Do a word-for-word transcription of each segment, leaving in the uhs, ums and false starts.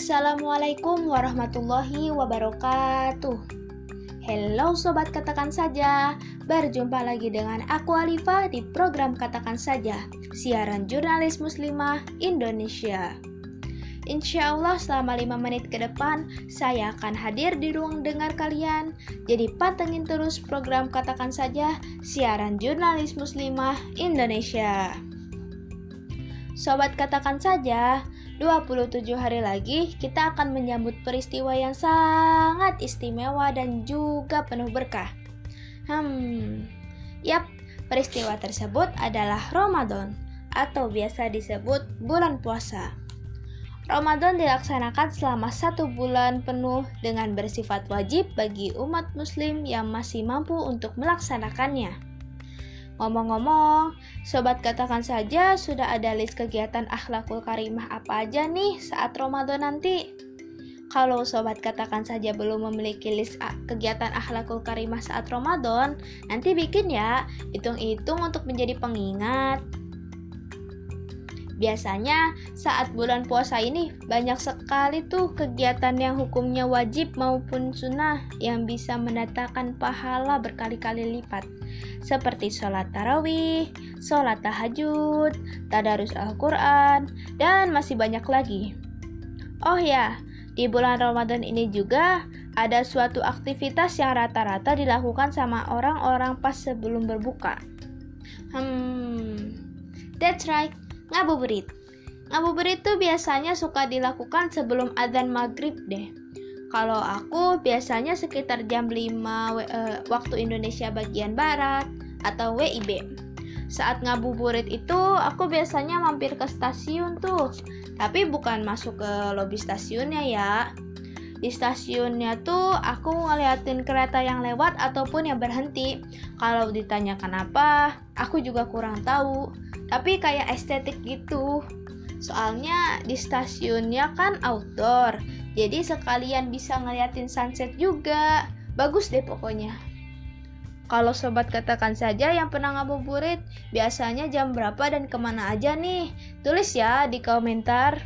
Assalamualaikum warahmatullahi wabarakatuh. Halo Sobat Katakan Saja, berjumpa lagi dengan aku Alifah di program Katakan Saja, siaran jurnalis muslimah Indonesia. Insya Allah selama lima menit ke depan, saya akan hadir di ruang dengar kalian. Jadi pantengin terus program Katakan Saja, siaran jurnalis muslimah Indonesia. Sobat Katakan Saja, dua puluh tujuh hari lagi kita akan menyambut peristiwa yang sangat istimewa dan juga penuh berkah. Hmm, yap, peristiwa tersebut adalah Ramadan atau biasa disebut bulan puasa. Ramadan dilaksanakan selama satu bulan penuh dengan bersifat wajib bagi umat muslim yang masih mampu untuk melaksanakannya. Ngomong-ngomong, Sobat Katakan Saja sudah ada list kegiatan akhlakul karimah apa aja nih saat Ramadan nanti? Kalau Sobat Katakan Saja belum memiliki list kegiatan akhlakul karimah saat Ramadan, nanti bikin ya, hitung-hitung untuk menjadi pengingat. Biasanya saat bulan puasa ini banyak sekali tuh kegiatan yang hukumnya wajib maupun sunnah yang bisa mendatangkan pahala berkali-kali lipat, seperti sholat tarawih, sholat tahajud, tadarus Al-Quran, dan masih banyak lagi. Oh ya, di bulan Ramadan ini juga ada suatu aktivitas yang rata-rata dilakukan sama orang-orang pas sebelum berbuka. Hmm, that's right. Ngabuburit. Ngabuburit tuh biasanya suka dilakukan sebelum adzan maghrib deh. Kalau aku biasanya sekitar jam lima w- e, waktu Indonesia bagian Barat atau W I B. Saat ngabuburit itu aku biasanya mampir ke stasiun tuh. Tapi bukan masuk ke lobi stasiunnya ya. Di stasiunnya tuh aku ngeliatin kereta yang lewat ataupun yang berhenti. Kalau ditanya kenapa, aku juga kurang tahu. Tapi kayak estetik gitu. Soalnya di stasiunnya kan outdoor, jadi sekalian bisa ngeliatin sunset juga. Bagus deh pokoknya. Kalau Sobat Katakan Saja yang pernah ngabuburit, biasanya jam berapa dan kemana aja nih? Tulis ya di komentar.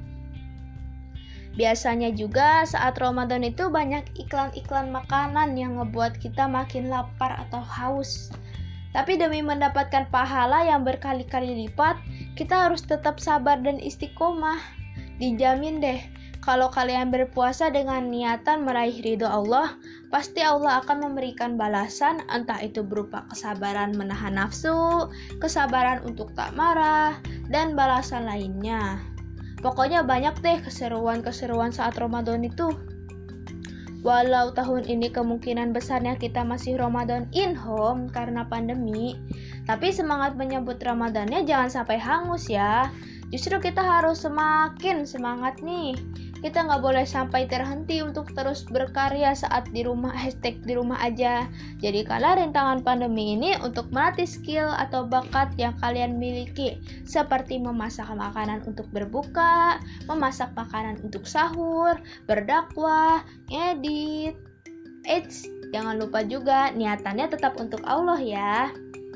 Biasanya juga saat Ramadan itu banyak iklan-iklan makanan yang ngebuat kita makin lapar atau haus. Tapi demi mendapatkan pahala yang berkali-kali lipat, kita harus tetap sabar dan istiqomah. Dijamin deh, kalau kalian berpuasa dengan niatan meraih ridho Allah, pasti Allah akan memberikan balasan, entah itu berupa kesabaran menahan nafsu, kesabaran untuk tak marah, dan balasan lainnya. Pokoknya banyak deh keseruan-keseruan saat Ramadan itu. Walau tahun ini kemungkinan besarnya kita masih Ramadan in home karena pandemi, tapi semangat menyambut Ramadannya jangan sampai hangus ya. Justru kita harus semakin semangat nih. Kita nggak boleh sampai terhenti untuk terus berkarya saat di rumah, hashtag di rumah aja. Jadi kala rintangan pandemi ini untuk melatih skill atau bakat yang kalian miliki, seperti memasak makanan untuk berbuka, memasak makanan untuk sahur, berdakwah, ngedit. Eits, jangan lupa juga niatannya tetap untuk Allah ya.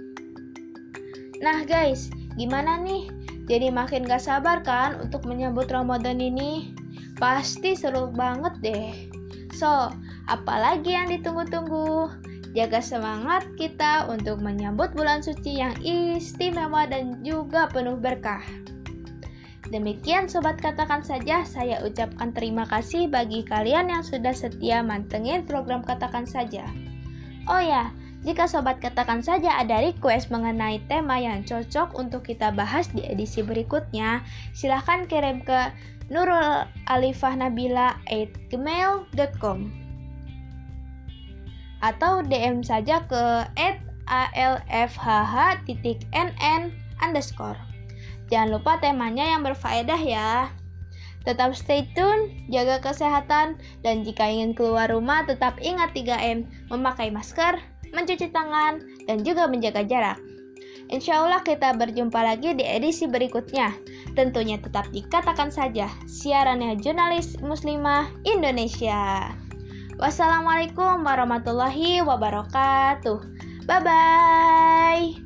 Nah guys, gimana nih? Jadi makin gak sabar kan untuk menyambut Ramadan ini? Pasti seru banget deh. So, apalagi yang ditunggu-tunggu? Jaga semangat kita untuk menyambut bulan suci yang istimewa dan juga penuh berkah. Demikian Sobat Katakan Saja, saya ucapkan terima kasih bagi kalian yang sudah setia mantengin program Katakan Saja. Oh ya, jika Sobat Katakan Saja ada request mengenai tema yang cocok untuk kita bahas di edisi berikutnya, silahkan kirim ke nurul alifah nabila at gmail dot com atau D M saja ke at alfhh.nn underscore. Jangan lupa temanya yang berfaedah ya. Tetap stay tune, jaga kesehatan, dan jika ingin keluar rumah tetap ingat tiga M, memakai masker, mencuci tangan, dan juga menjaga jarak. Insya Allah kita berjumpa lagi di edisi berikutnya. Tentunya tetap dikatakan saja, siarannya jurnalis muslimah Indonesia. Wassalamualaikum warahmatullahi wabarakatuh. Bye-bye.